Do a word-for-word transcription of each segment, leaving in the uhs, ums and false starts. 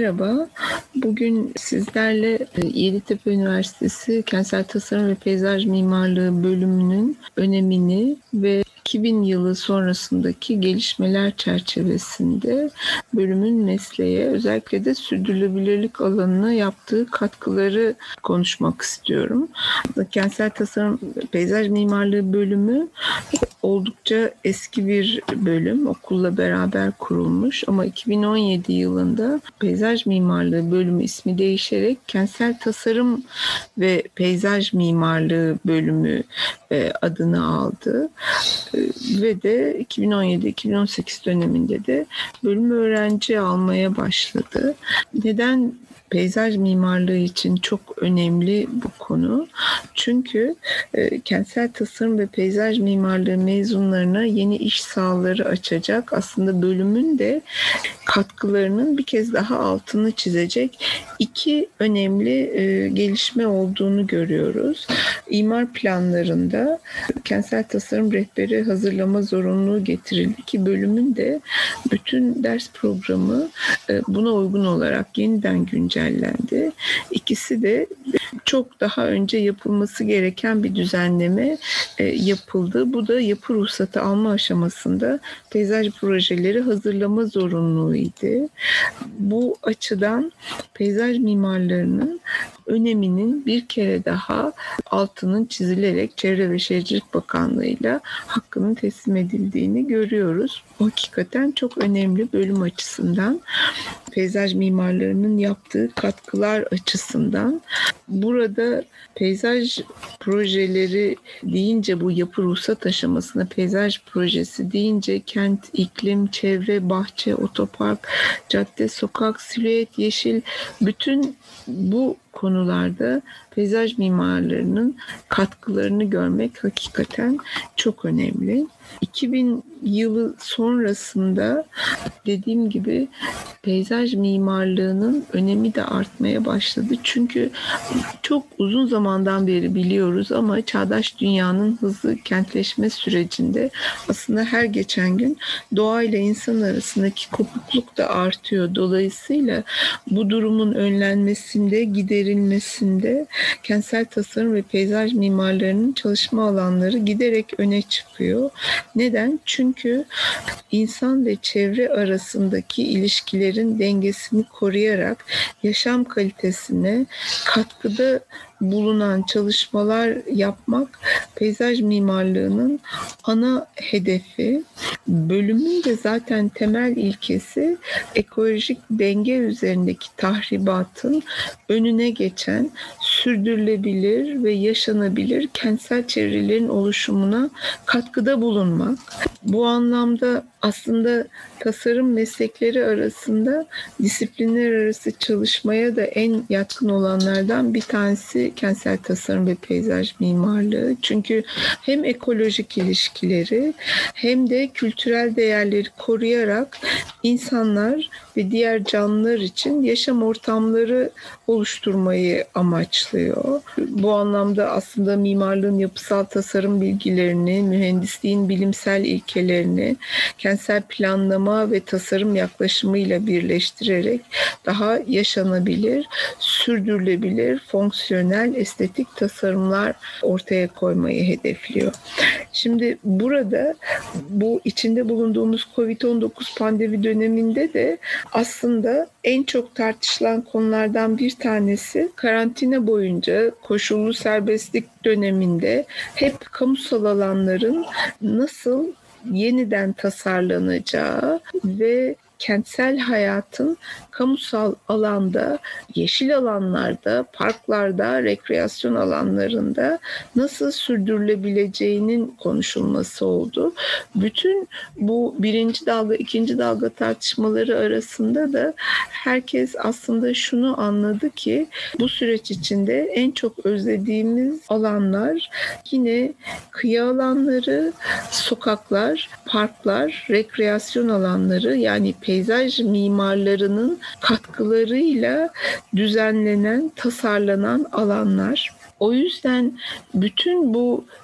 Merhaba, bugün sizlerle e, Yeditepe Üniversitesi Kentsel Tasarım ve Peyzaj Mimarlığı bölümünün önemini ve iki bin yılı sonrasındaki gelişmeler çerçevesinde bölümün mesleğe, özellikle de sürdürülebilirlik alanına yaptığı katkıları konuşmak istiyorum. Kentsel Tasarım ve Peyzaj Mimarlığı bölümü oldukça eski bir bölüm, okulla beraber kurulmuş ama iki bin on yedi yılında Peyzaj Mimarlığı bölümü ismi değişerek Kentsel Tasarım ve Peyzaj Mimarlığı bölümü e, adını aldı. E, ve de iki bin on yedi iki bin on sekiz döneminde de bölüm öğrenci almaya başladı. Neden peyzaj mimarlığı için çok önemli bu konu? Çünkü e, kentsel tasarım ve peyzaj mimarlığı mezunlarına yeni iş sahaları açacak. Aslında bölümün de katkılarının bir kez daha altını çizecek iki önemli e, gelişme olduğunu görüyoruz. İmar planlarında kentsel tasarım rehberi hazırlama zorunluluğu getirildi ki bölümün de bütün ders programı e, buna uygun olarak yeniden güncellendi. İkisi de çok daha önce yapılması gereken bir düzenleme e, yapıldı. Bu da yapı ruhsatı alma aşamasında peyzaj projeleri hazırlama zorunluluğuydu. Bu açıdan peyzaj mimarlarının öneminin bir kere daha altının çizilerek Çevre ve Şehircilik Bakanlığı'yla hakkının teslim edildiğini görüyoruz. O hakikaten çok önemli bölüm açısından, peyzaj mimarlarının yaptığı katkılar açısından. Burada peyzaj projeleri deyince, bu yapı ruhsat aşamasında peyzaj projesi deyince kent, iklim, çevre, bahçe, otopark, cadde, sokak, silüet, yeşil, bütün bu konularda peyzaj mimarlarının katkılarını görmek hakikaten çok önemli. iki bin yılı sonrasında dediğim gibi peyzaj mimarlığının önemi de artmaya başladı. Çünkü çok uzun zamandan beri biliyoruz ama çağdaş dünyanın hızlı kentleşme sürecinde aslında her geçen gün doğayla insan arasındaki kopukluk da artıyor. Dolayısıyla bu durumun önlenmesinde, giderilmesinde kentsel tasarım ve peyzaj mimarlarının çalışma alanları giderek öne çıkıyor. Neden? Çünkü insan ve çevre arasındaki ilişkilerin dengesini koruyarak yaşam kalitesine katkıda bulunan çalışmalar yapmak peyzaj mimarlığının ana hedefi. Bölümün de zaten temel ilkesi ekolojik denge üzerindeki tahribatın önüne geçen sürdürülebilir ve yaşanabilir kentsel çevrelerin oluşumuna katkıda bulunmak. Bu anlamda aslında tasarım meslekleri arasında disiplinler arası çalışmaya da en yatkın olanlardan bir tanesi kentsel tasarım ve peyzaj mimarlığı. Çünkü hem ekolojik ilişkileri hem de kültürel değerleri koruyarak insanlar ve diğer canlılar için yaşam ortamları oluşturmayı amaçlıyor. Bu anlamda aslında mimarlığın yapısal tasarım bilgilerini, mühendisliğin bilimsel ilkelerini kentsel planlama ve tasarım yaklaşımıyla birleştirerek daha yaşanabilir, sürdürülebilir, fonksiyonel, estetik tasarımlar ortaya koymayı hedefliyor. Şimdi burada bu içinde bulunduğumuz kovid on dokuz pandemi döneminde de aslında en çok tartışılan konulardan bir tanesi karantina boyunca koşullu serbestlik döneminde hep kamusal alanların nasıl yeniden tasarlanacağı ve kentsel hayatın kamusal alanda, yeşil alanlarda, parklarda, rekreasyon alanlarında nasıl sürdürülebileceğinin konuşulması oldu. Bütün bu birinci dalga, ikinci dalga tartışmaları arasında da herkes aslında şunu anladı ki bu süreç içinde en çok özlediğimiz alanlar yine kıyı alanları, sokaklar, parklar, rekreasyon alanları, yani peyzaj mimarlarının katkılarıyla düzenlenen, tasarlanan alanlar. O yüzden bütün bu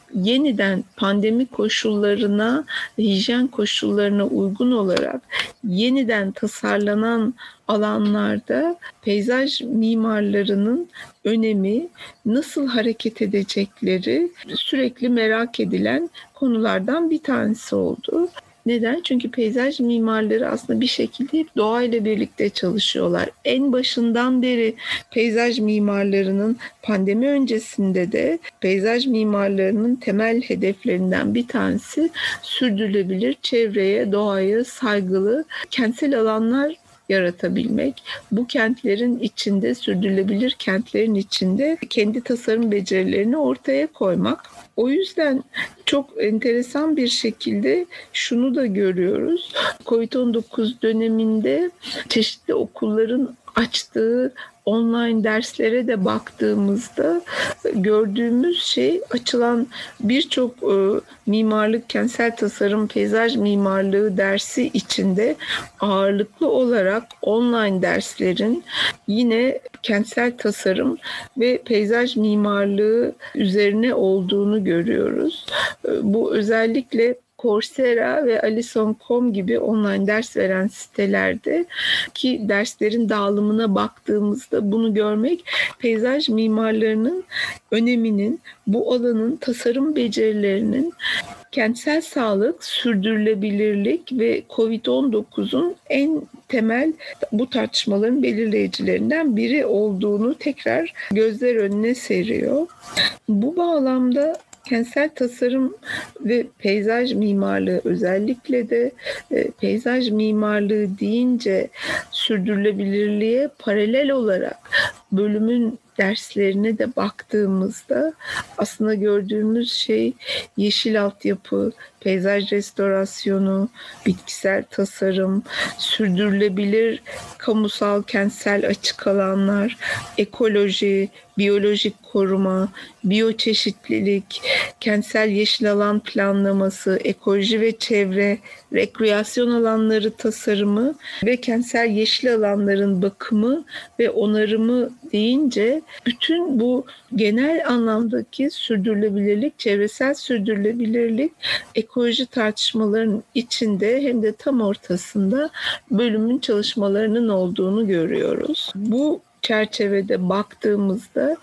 yeniden pandemi koşullarına, hijyen koşullarına uygun olarak yeniden tasarlanan alanlarda peyzaj mimarlarının önemi, nasıl hareket edecekleri sürekli merak edilen konulardan bir tanesi oldu. Neden? Çünkü peyzaj mimarları aslında bir şekilde hep doğayla birlikte çalışıyorlar. En başından beri peyzaj mimarlarının pandemi öncesinde de peyzaj mimarlarının temel hedeflerinden bir tanesi sürdürülebilir, çevreye, doğaya saygılı kentsel alanlar yaratabilmek. Bu kentlerin içinde, sürdürülebilir kentlerin içinde kendi tasarım becerilerini ortaya koymak. O yüzden çok enteresan bir şekilde şunu da görüyoruz. kovid on dokuz döneminde çeşitli okulların açtığı online derslere de baktığımızda gördüğümüz şey açılan birçok e, mimarlık, kentsel tasarım, peyzaj mimarlığı dersi içinde ağırlıklı olarak online derslerin yine kentsel tasarım ve peyzaj mimarlığı üzerine olduğunu görüyoruz. Bu özellikle Coursera ve Alison nokta com gibi online ders veren sitelerde ki derslerin dağılımına baktığımızda bunu görmek peyzaj mimarlarının öneminin, bu alanın tasarım becerilerinin kentsel sağlık, sürdürülebilirlik ve kovid on dokuzun en temel bu tartışmaların belirleyicilerinden biri olduğunu tekrar gözler önüne seriyor. Bu bağlamda kentsel tasarım ve peyzaj mimarlığı, özellikle de e, peyzaj mimarlığı deyince sürdürülebilirliğe paralel olarak bölümün derslerine de baktığımızda aslında gördüğümüz şey yeşil altyapı, peyzaj restorasyonu, bitkisel tasarım, sürdürülebilir kamusal kentsel açık alanlar, ekoloji, biyolojik koruma, biyoçeşitlilik, kentsel yeşil alan planlaması, ekoloji ve çevre, rekreasyon alanları tasarımı ve kentsel yeşil alanların bakımı ve onarımı deyince bütün bu genel anlamdaki sürdürülebilirlik, çevresel sürdürülebilirlik, ekoloji tartışmalarının içinde hem de tam ortasında bölümün çalışmalarının olduğunu görüyoruz. Bu çerçevede baktığımızda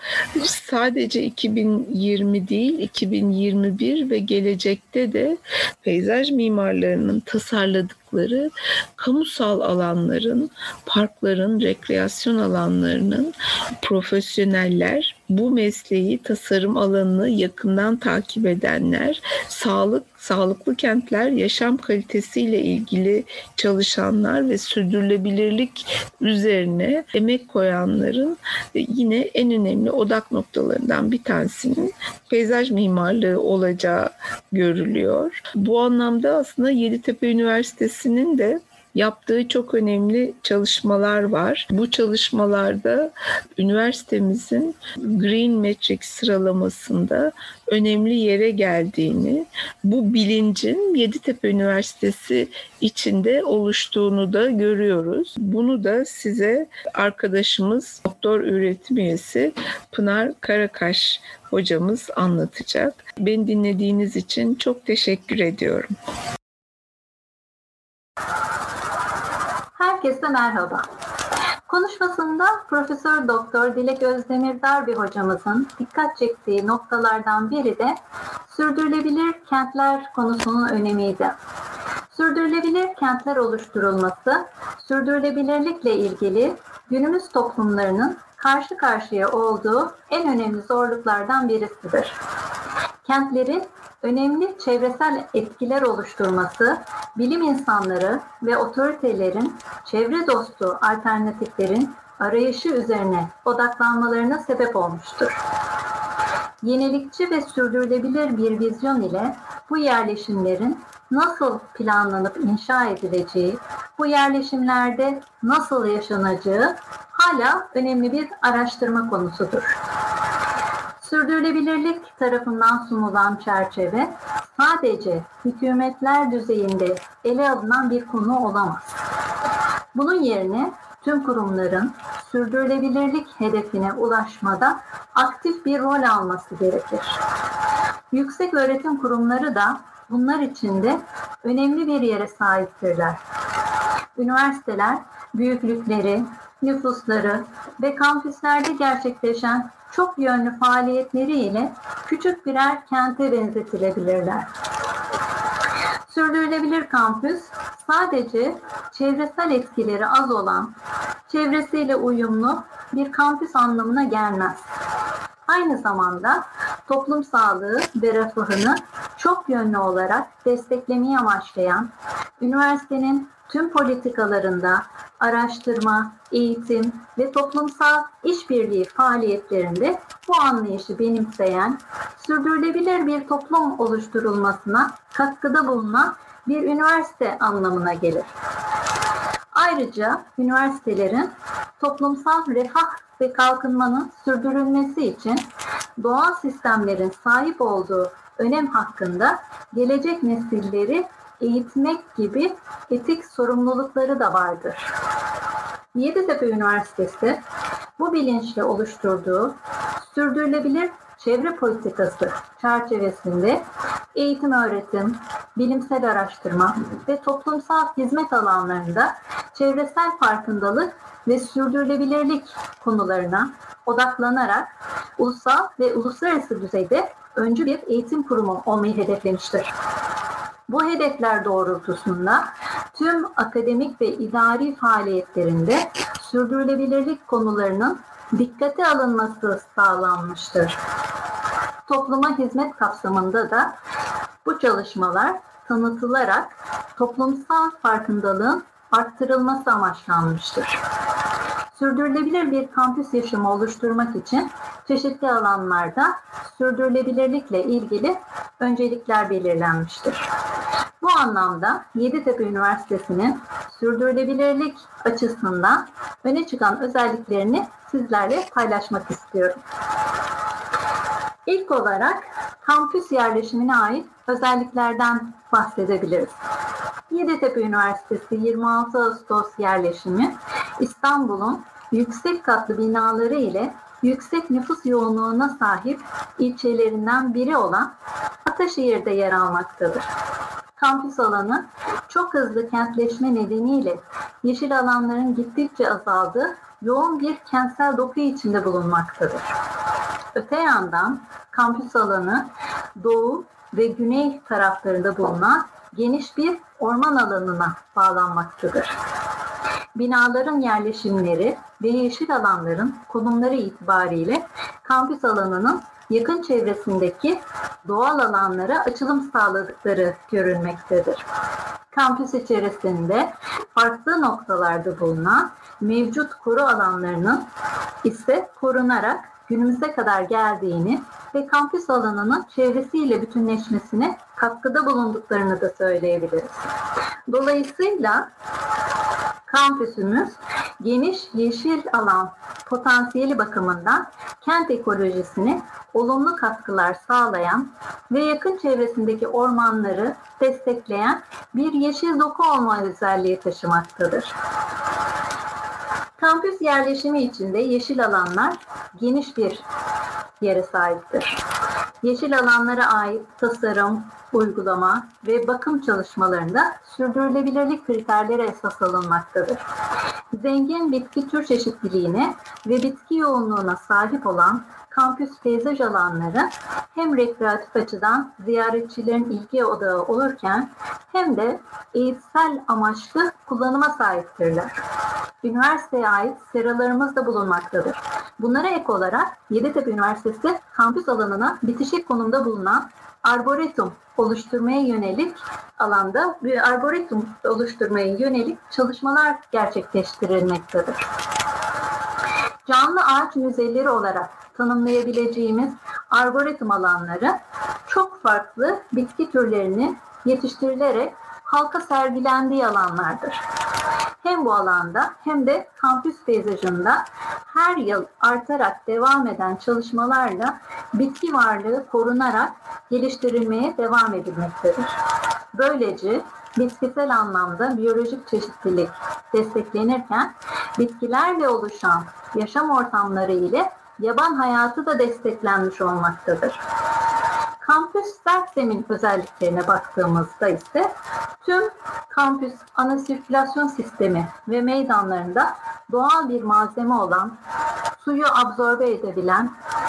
sadece iki bin yirmi değil, iki bin yirmi bir ve gelecekte de peyzaj mimarlarının tasarladıkları kamusal alanların, parkların, rekreasyon alanlarının profesyoneller, bu mesleği, tasarım alanını yakından takip edenler, sağlık, sağlıklı kentler, yaşam kalitesiyle ilgili çalışanlar ve sürdürülebilirlik üzerine emek koyanların yine en önemli odak noktalarından bir tanesinin peyzaj mimarlığı olacağı görülüyor. Bu anlamda aslında Yeditepe Üniversitesi'nin de yaptığı çok önemli çalışmalar var. Bu çalışmalarda üniversitemizin Green Matrix sıralamasında önemli yere geldiğini, bu bilincin Yeditepe Üniversitesi içinde oluştuğunu da görüyoruz. Bunu da size arkadaşımız doktor öğretim üyesi Pınar Karakaş hocamız anlatacak. Beni dinlediğiniz için çok teşekkür ediyorum. Herkese merhaba. Konuşmasında Profesör Doktor Dilek Özdemir Darbi hocamızın dikkat çektiği noktalardan biri de sürdürülebilir kentler konusunun önemiydi. Sürdürülebilir kentler oluşturulması, sürdürülebilirlikle ilgili günümüz toplumlarının karşı karşıya olduğu en önemli zorluklardan birisidir. Kentlerin önemli çevresel etkiler oluşturması, bilim insanları ve otoritelerin çevre dostu alternatiflerin arayışı üzerine odaklanmalarına sebep olmuştur. Yenilikçi ve sürdürülebilir bir vizyon ile bu yerleşimlerin nasıl planlanıp inşa edileceği, bu yerleşimlerde nasıl yaşanacağı hala önemli bir araştırma konusudur. Sürdürülebilirlik tarafından sunulan çerçeve sadece hükümetler düzeyinde ele alınan bir konu olamaz. Bunun yerine tüm kurumların sürdürülebilirlik hedefine ulaşmada aktif bir rol alması gerekir. yüksek öğretim kurumları da bunlar içinde önemli bir yere sahiptirler. Üniversiteler büyüklükleri, nüfusları ve kampüslerde gerçekleşen çok yönlü faaliyetleriyle küçük birer kente benzetilebilirler. Sürdürülebilir kampüs sadece çevresel etkileri az olan, çevresiyle uyumlu bir kampüs anlamına gelmez. Aynı zamanda toplum sağlığı ve refahını çok yönlü olarak desteklemeyi amaçlayan, üniversitenin tüm politikalarında araştırma, eğitim ve toplumsal işbirliği faaliyetlerinde bu anlayışı benimseyen, sürdürülebilir bir toplum oluşturulmasına katkıda bulunan bir üniversite anlamına gelir. Ayrıca üniversitelerin toplumsal refah ve kalkınmanın sürdürülmesi için doğal sistemlerin sahip olduğu önem hakkında gelecek nesilleri eğitmek gibi etik sorumlulukları da vardır. Yeditepe Üniversitesi bu bilinçle oluşturduğu sürdürülebilir çevre politikası çerçevesinde eğitim öğretim, bilimsel araştırma ve toplumsal hizmet alanlarında çevresel farkındalık ve sürdürülebilirlik konularına odaklanarak ulusal ve uluslararası düzeyde öncü bir eğitim kurumu olmayı hedeflemiştir. Bu hedefler doğrultusunda tüm akademik ve idari faaliyetlerinde sürdürülebilirlik konularının dikkate alınması sağlanmıştır. Topluma hizmet kapsamında da bu çalışmalar tanıtılarak toplumsal farkındalığın arttırılması amaçlanmıştır. Sürdürülebilir bir kampüs yaşamı oluşturmak için çeşitli alanlarda sürdürülebilirlikle ilgili öncelikler belirlenmiştir. Bu anlamda Yeditepe Üniversitesi'nin sürdürülebilirlik açısından öne çıkan özelliklerini sizlerle paylaşmak istiyorum. İlk olarak kampüs yerleşimine ait özelliklerden bahsedebiliriz. Yeditepe Üniversitesi yirmi altı Ağustos yerleşimi İstanbul'un yüksek katlı binaları ile yüksek nüfus yoğunluğuna sahip ilçelerinden biri olan Ataşehir'de yer almaktadır. Kampüs alanı çok hızlı kentleşme nedeniyle yeşil alanların gittikçe azaldığı yoğun bir kentsel doku içinde bulunmaktadır. Öte yandan kampüs alanı doğu ve güney taraflarında bulunan geniş bir orman alanına bağlanmaktadır. Binaların yerleşimleri ve yeşil alanların konumları itibariyle kampüs alanının yakın çevresindeki doğal alanlara açılım sağladıkları görülmektedir. Kampüs içerisinde farklı noktalarda bulunan mevcut koru alanlarının ise korunarak günümüze kadar geldiğini ve kampüs alanının çevresiyle bütünleşmesine katkıda bulunduklarını da söyleyebiliriz. Dolayısıyla kampüsümüz geniş yeşil alan potansiyeli bakımından kent ekolojisine olumlu katkılar sağlayan ve yakın çevresindeki ormanları destekleyen bir yeşil doku olma özelliği taşımaktadır. Kampüs yerleşimi içinde yeşil alanlar geniş bir yere sahiptir. Yeşil alanlara ait tasarım, uygulama ve bakım çalışmalarında sürdürülebilirlik kriterleri esas alınmaktadır. Zengin bitki tür çeşitliliğine ve bitki yoğunluğuna sahip olan kampüs peyzaj alanları hem rekreatif açıdan ziyaretçilerin ilgi odağı olurken hem de eğitsel amaçlı kullanıma sahiptirler. Üniversiteye ait seralarımız da bulunmaktadır. Bunlara ek olarak Yeditepe Üniversitesi kampüs alanına bitişik konumda bulunan arboretum oluşturmaya yönelik alanda bir arboretum oluşturmaya yönelik çalışmalar gerçekleştirilmektedir. Canlı ağaç müzeleri olarak tanımlayabileceğimiz arboretum alanları çok farklı bitki türlerinin yetiştirilerek halka sergilendiği alanlardır. Hem bu alanda hem de kampüs peyzajında her yıl artarak devam eden çalışmalarla bitki varlığı korunarak geliştirilmeye devam edilmektedir. Böylece bitkisel anlamda biyolojik çeşitlilik desteklenirken bitkilerle oluşan yaşam ortamları ile yaban hayatı da desteklenmiş olmaktadır. Kampüs sert zemin özelliklerine baktığımızda ise tüm kampüs ana sirkülasyon sistemi ve meydanlarında doğal bir malzeme olan, suyu absorbe edebilen,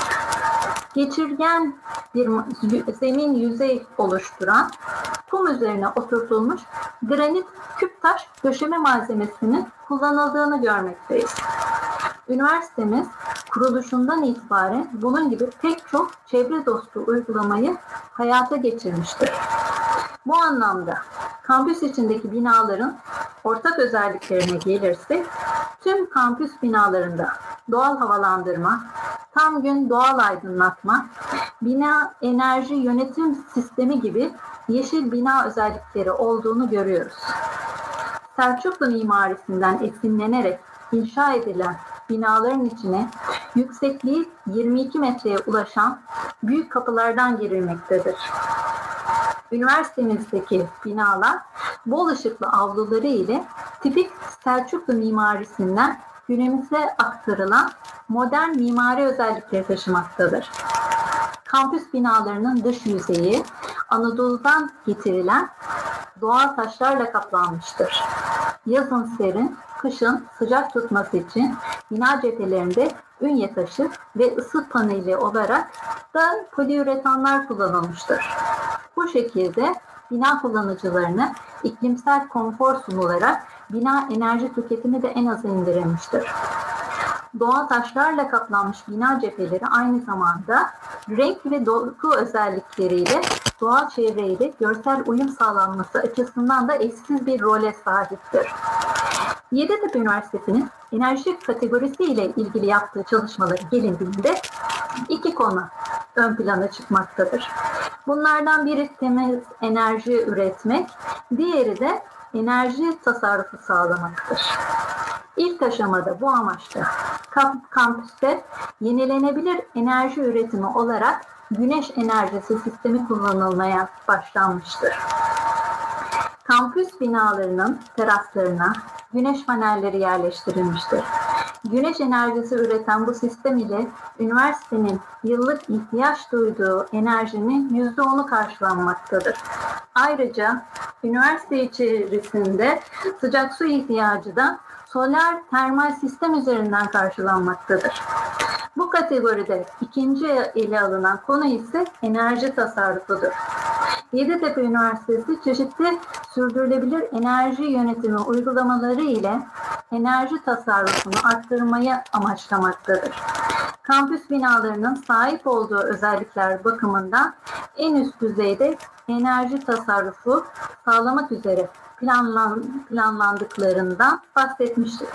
geçirgen bir zemin yüzey oluşturan, kum üzerine oturtulmuş granit küp taş döşeme malzemesinin kullanıldığını görmekteyiz. Üniversitemiz kuruluşundan itibaren bunun gibi pek çok çevre dostu uygulamayı hayata geçirmiştir. Bu anlamda kampüs içindeki binaların ortak özelliklerine gelirsek, tüm kampüs binalarında doğal havalandırma, tam gün doğal aydınlatma, bina enerji yönetim sistemi gibi yeşil bina özellikleri olduğunu görüyoruz. Selçuklu mimarisinden esinlenerek inşa edilen binaların içine yüksekliği yirmi iki metreye ulaşan büyük kapılardan girilmektedir. Üniversitemizdeki binalar bol ışıklı avluları ile tipik Selçuklu mimarisinden günümüze aktarılan modern mimari özellikleri taşımaktadır. Kampüs binalarının dış yüzeyi Anadolu'dan getirilen doğal taşlarla kaplanmıştır. Yazın serin, kışın sıcak tutması için bina cephelerinde ünye taşı ve ısı paneli olarak da poliüretanlar kullanılmıştır. Bu şekilde bina kullanıcılarına iklimsel konfor sunularak bina enerji tüketimi de en aza indirilmiştir. Doğal taşlarla kaplanmış bina cepheleri aynı zamanda renk ve doku özellikleriyle doğal çevreyle görsel uyum sağlanması açısından da eşsiz bir role sahiptir. Yeditepe Üniversitesi'nin enerji kategorisi ile ilgili yaptığı çalışmaları gelindiğinde iki konu ön plana çıkmaktadır. Bunlardan biri temiz enerji üretmek, diğeri de enerji tasarrufu sağlamaktır. İlk aşamada bu amaçla kampüste yenilenebilir enerji üretimi olarak güneş enerjisi sistemi kullanılmaya başlanmıştır. Kampüs binalarının teraslarına güneş panelleri yerleştirilmiştir. Güneş enerjisi üreten bu sistem ile üniversitenin yıllık ihtiyaç duyduğu enerjinin yüzde onu karşılanmaktadır. Ayrıca üniversite içerisinde sıcak su ihtiyacı da solar termal sistem üzerinden karşılanmaktadır. Bu kategoride ikinci ele alınan konu ise enerji tasarrufudur. Yeditepe Üniversitesi çeşitli sürdürülebilir enerji yönetimi uygulamaları ile enerji tasarrufunu arttırmayı amaçlamaktadır. Kampüs binalarının sahip olduğu özellikler bakımından en üst düzeyde enerji tasarrufu sağlamak üzere planlan, planlandıklarından bahsetmiştir.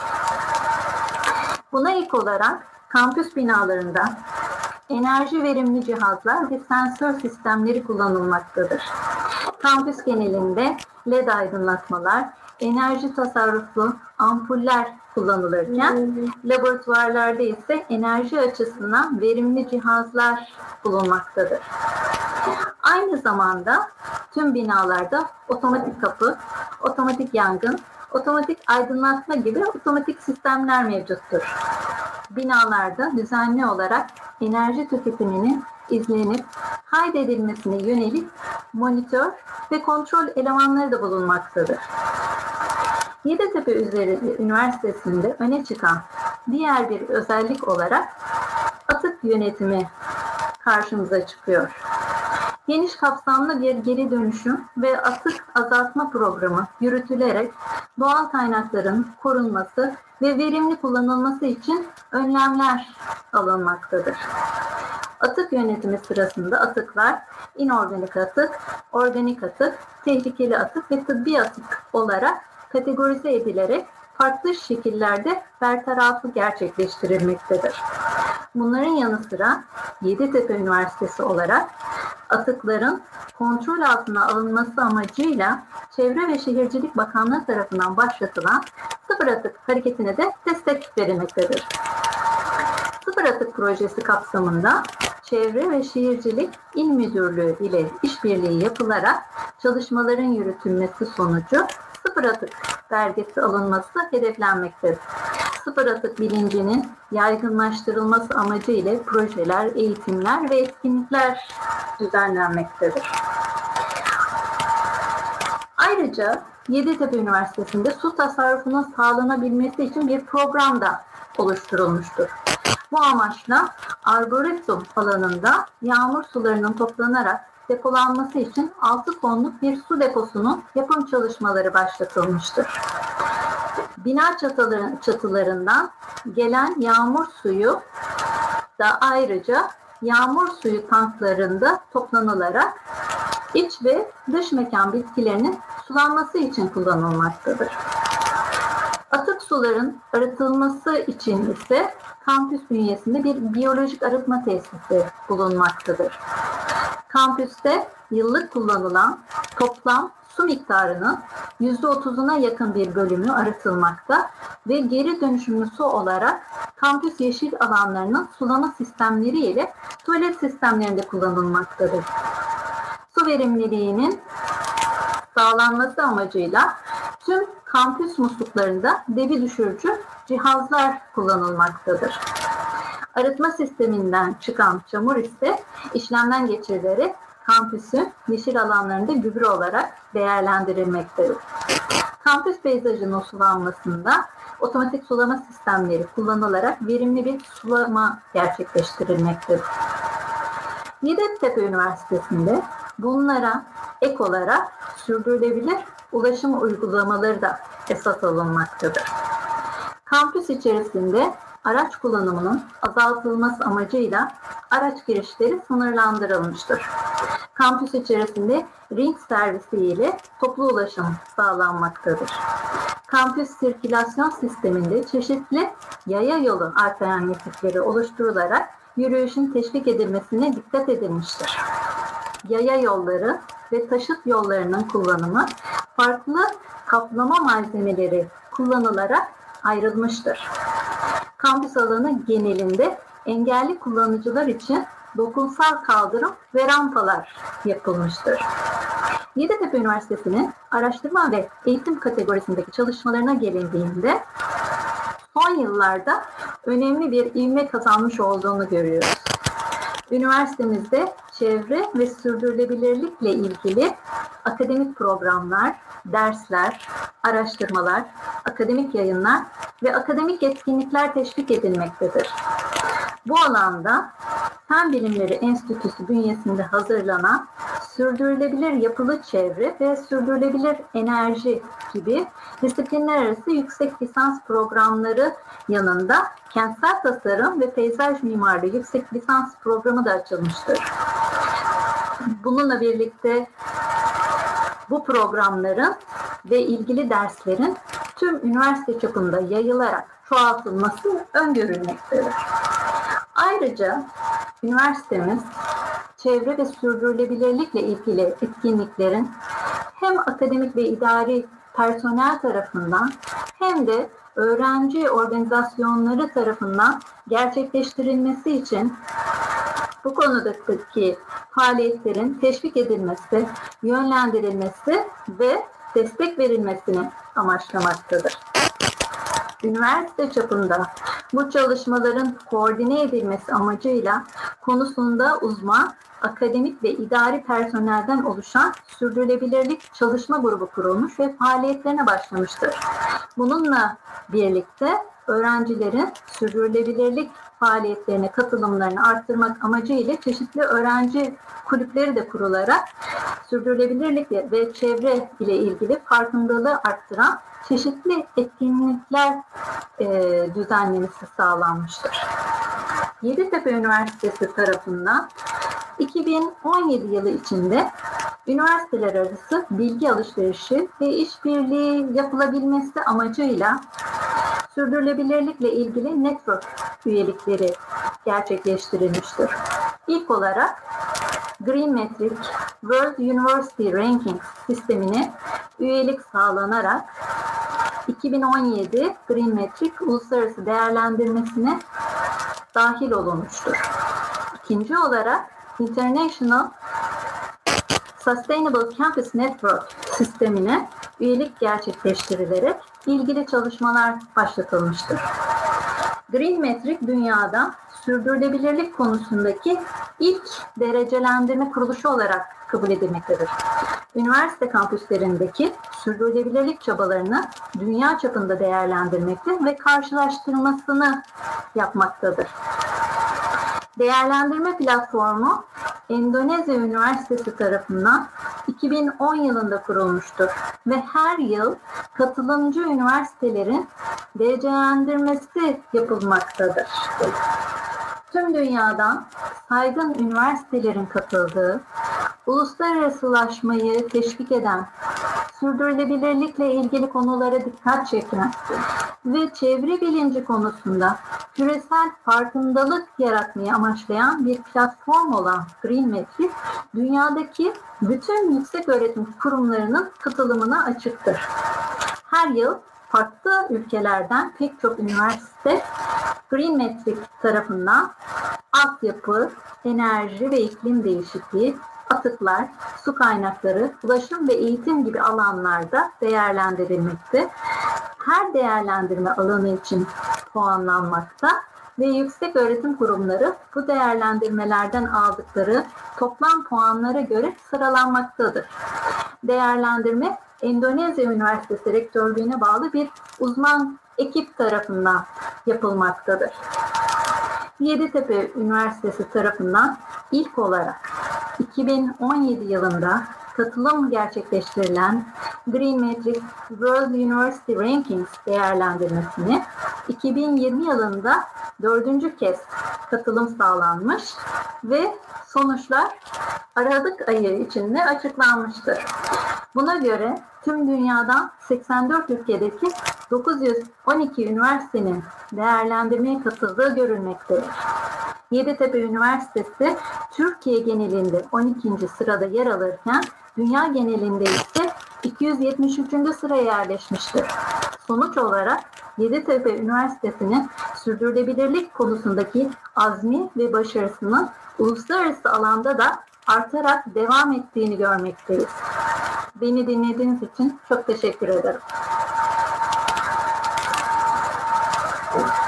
Buna ilk olarak kampüs binalarında enerji verimli cihazlar ve sensör sistemleri kullanılmaktadır. Kampüs genelinde L E D aydınlatmalar, enerji tasarruflu ampuller kullanılırken laboratuvarlarda ise enerji açısından verimli cihazlar bulunmaktadır. Aynı zamanda tüm binalarda otomatik kapı, otomatik yangın, otomatik aydınlatma gibi otomatik sistemler mevcuttur. Binalarda düzenli olarak enerji tüketiminin izlenip kaydedilmesine yönelik monitör ve kontrol elemanları da bulunmaktadır. Yeditepe Üniversitesi'nde öne çıkan diğer bir özellik olarak atık yönetimi karşımıza çıkıyor. Geniş kapsamlı bir geri dönüşüm ve atık azaltma programı yürütülerek doğal kaynakların korunması ve verimli kullanılması için önlemler alınmaktadır. Atık yönetimi sırasında atıklar inorganik atık, organik atık, tehlikeli atık ve tıbbi atık olarak kategorize edilerek farklı şekillerde bertarafı gerçekleştirilmektedir. Bunların yanı sıra Yeditepe Üniversitesi olarak atıkların kontrol altına alınması amacıyla Çevre ve Şehircilik Bakanlığı tarafından başlatılan sıfır atık hareketine de destek verilmektedir. Sıfır atık projesi kapsamında Çevre ve Şehircilik İl Müdürlüğü ile işbirliği yapılarak çalışmaların yürütülmesi sonucu sıfır atık belgesi alınması hedeflenmektedir. sıfır atık bilincinin yaygınlaştırılması amacıyla projeler, eğitimler ve etkinlikler düzenlenmektedir. Ayrıca Yeditepe Üniversitesi'nde su tasarrufunun sağlanabilmesi için bir program da oluşturulmuştur. Bu amaçla arboretum alanında yağmur sularının toplanarak depolanması için altı tonluk bir su deposunun yapım çalışmaları başlatılmıştır. Bina çatıları, çatılarından gelen yağmur suyu da ayrıca yağmur suyu tanklarında toplanılarak iç ve dış mekan bitkilerinin sulanması için kullanılmaktadır. Atık suların arıtılması için ise kampüs bünyesinde bir biyolojik arıtma tesisi bulunmaktadır. Kampüste yıllık kullanılan toplam su miktarının yüzde otuzuna yakın bir bölümü arıtılmakta ve geri dönüşümlü su olarak kampüs yeşil alanlarının sulama sistemleri ile tuvalet sistemlerinde kullanılmaktadır. Su verimliliğinin sağlanması amacıyla tüm kampüs musluklarında debi düşürücü cihazlar kullanılmaktadır. Arıtma sisteminden çıkan çamur ise işlemden geçirilerek kampüsün yeşil alanlarında gübre olarak değerlendirilmektedir. Kampüs peyzajının sulanmasında otomatik sulama sistemleri kullanılarak verimli bir sulama gerçekleştirilmektedir. Yeditepe Üniversitesi'nde bunlara ek olarak sürdürülebilir ulaşım uygulamaları da esas alınmaktadır. Kampüs içerisinde araç kullanımının azaltılması amacıyla araç girişleri sınırlandırılmıştır. Kampüs içerisinde ring servisi ile toplu ulaşım sağlanmaktadır. Kampüs sirkülasyon sisteminde çeşitli yaya yolu alternatifleri oluşturularak yürüyüşün teşvik edilmesine dikkat edilmiştir. Yaya yolları ve taşıt yollarının kullanımı farklı kaplama malzemeleri kullanılarak ayrılmıştır. Kampüs alanı genelinde engelli kullanıcılar için dokunsal kaldırım ve rampalar yapılmıştır. Yeditepe Üniversitesi'nin araştırma ve eğitim kategorisindeki çalışmalarına gelindiğinde son yıllarda önemli bir ivme kazanmış olduğunu görüyoruz. Üniversitemizde çevre ve sürdürülebilirlikle ilgili akademik programlar, dersler, araştırmalar, akademik yayınlar ve akademik etkinlikler teşvik edilmektedir. Bu alanda Fen Bilimleri Enstitüsü bünyesinde hazırlanan sürdürülebilir yapılı çevre ve sürdürülebilir enerji gibi disiplinler arası yüksek lisans programları yanında kentsel tasarım ve peyzaj mimarlığı yüksek lisans programı da açılmıştır. Bununla birlikte bu programların ve ilgili derslerin tüm üniversite çapında yayılarak çoğaltılması öngörülmektedir. Ayrıca üniversitemiz çevre ve sürdürülebilirlikle ilgili etkinliklerin hem akademik ve idari personel tarafından hem de öğrenci organizasyonları tarafından gerçekleştirilmesi için bu konudaki faaliyetlerin teşvik edilmesi, yönlendirilmesi ve destek verilmesini amaçlamaktadır. Üniversite çapında bu çalışmaların koordine edilmesi amacıyla konusunda uzman, akademik ve idari personelden oluşan sürdürülebilirlik çalışma grubu kurulmuş ve faaliyetlerine başlamıştır. Bununla birlikte öğrencilerin sürdürülebilirlik faaliyetlerine katılımlarını arttırmak amacıyla çeşitli öğrenci kulüpleri de kurularak sürdürülebilirlik ve çevre ile ilgili farkındalığı arttıran çeşitli etkinlikler e, düzenlemesi sağlanmıştır. Yeditepe Üniversitesi tarafından iki bin on yedi yılı içinde üniversiteler arası bilgi alışverişi ve işbirliği yapılabilmesi amacıyla sürdürülebilirlikle ilgili network üyelikleri gerçekleştirilmiştir. İlk olarak Green Metric World University Rankings sistemine üyelik sağlanarak iki bin on yedi Green Metric uluslararası değerlendirmesine dahil olunmuştur. İkinci olarak International Sustainable Campus Network sistemine üyelik gerçekleştirilerek ilgili çalışmalar başlatılmıştır. Green Metric dünyada sürdürülebilirlik konusundaki ilk derecelendirme kuruluşu olarak kabul edilmektedir. Üniversite kampüslerindeki sürdürülebilirlik çabalarını dünya çapında değerlendirmekte ve karşılaştırmasını yapmaktadır. Değerlendirme platformu Endonezya Üniversitesi tarafından iki bin on yılında kurulmuştur ve her yıl katılımcı üniversitelerin derecelendirmesi yapılmaktadır. Tüm dünyadan saygın üniversitelerin katıldığı, uluslararasılaşmayı teşvik eden, sürdürülebilirlikle ilgili konulara dikkat çeken ve çevre bilinci konusunda küresel farkındalık yaratmayı amaçlayan bir platform olan Green Metric, dünyadaki bütün yükseköğretim kurumlarının katılımına açıktır. Her yıl farklı ülkelerden pek çok üniversite Green Metric tarafından altyapı, enerji ve iklim değişikliği, atıklar, su kaynakları, ulaşım ve eğitim gibi alanlarda değerlendirilmekte. Her değerlendirme alanı için puanlanmakta ve yüksek öğretim kurumları bu değerlendirmelerden aldıkları toplam puanlara göre sıralanmaktadır. Değerlendirme Endonezya Üniversitesi Rektörlüğü'ne bağlı bir uzman ekip tarafından yapılmaktadır. Yeditepe Üniversitesi tarafından ilk olarak iki bin on yedi yılında katılım gerçekleştirilen Green Metric World University Rankings değerlendirmesini iki bin yirmi yılında dördüncü kez katılım sağlanmış ve sonuçlar Aralık ayı içinde açıklanmıştır. Buna göre tüm dünyadan seksen dört ülkedeki dokuz yüz on iki üniversitenin değerlendirmeye katıldığı görülmektedir. Yeditepe Üniversitesi Türkiye genelinde on ikinci sırada yer alırken dünya genelinde ise iki yüz yetmiş üçüncü sıraya yerleşmiştir. Sonuç olarak Yeditepe Üniversitesi'nin sürdürülebilirlik konusundaki azmi ve başarısının uluslararası alanda da artarak devam ettiğini görmekteyiz. Beni dinlediğiniz için çok teşekkür ederim.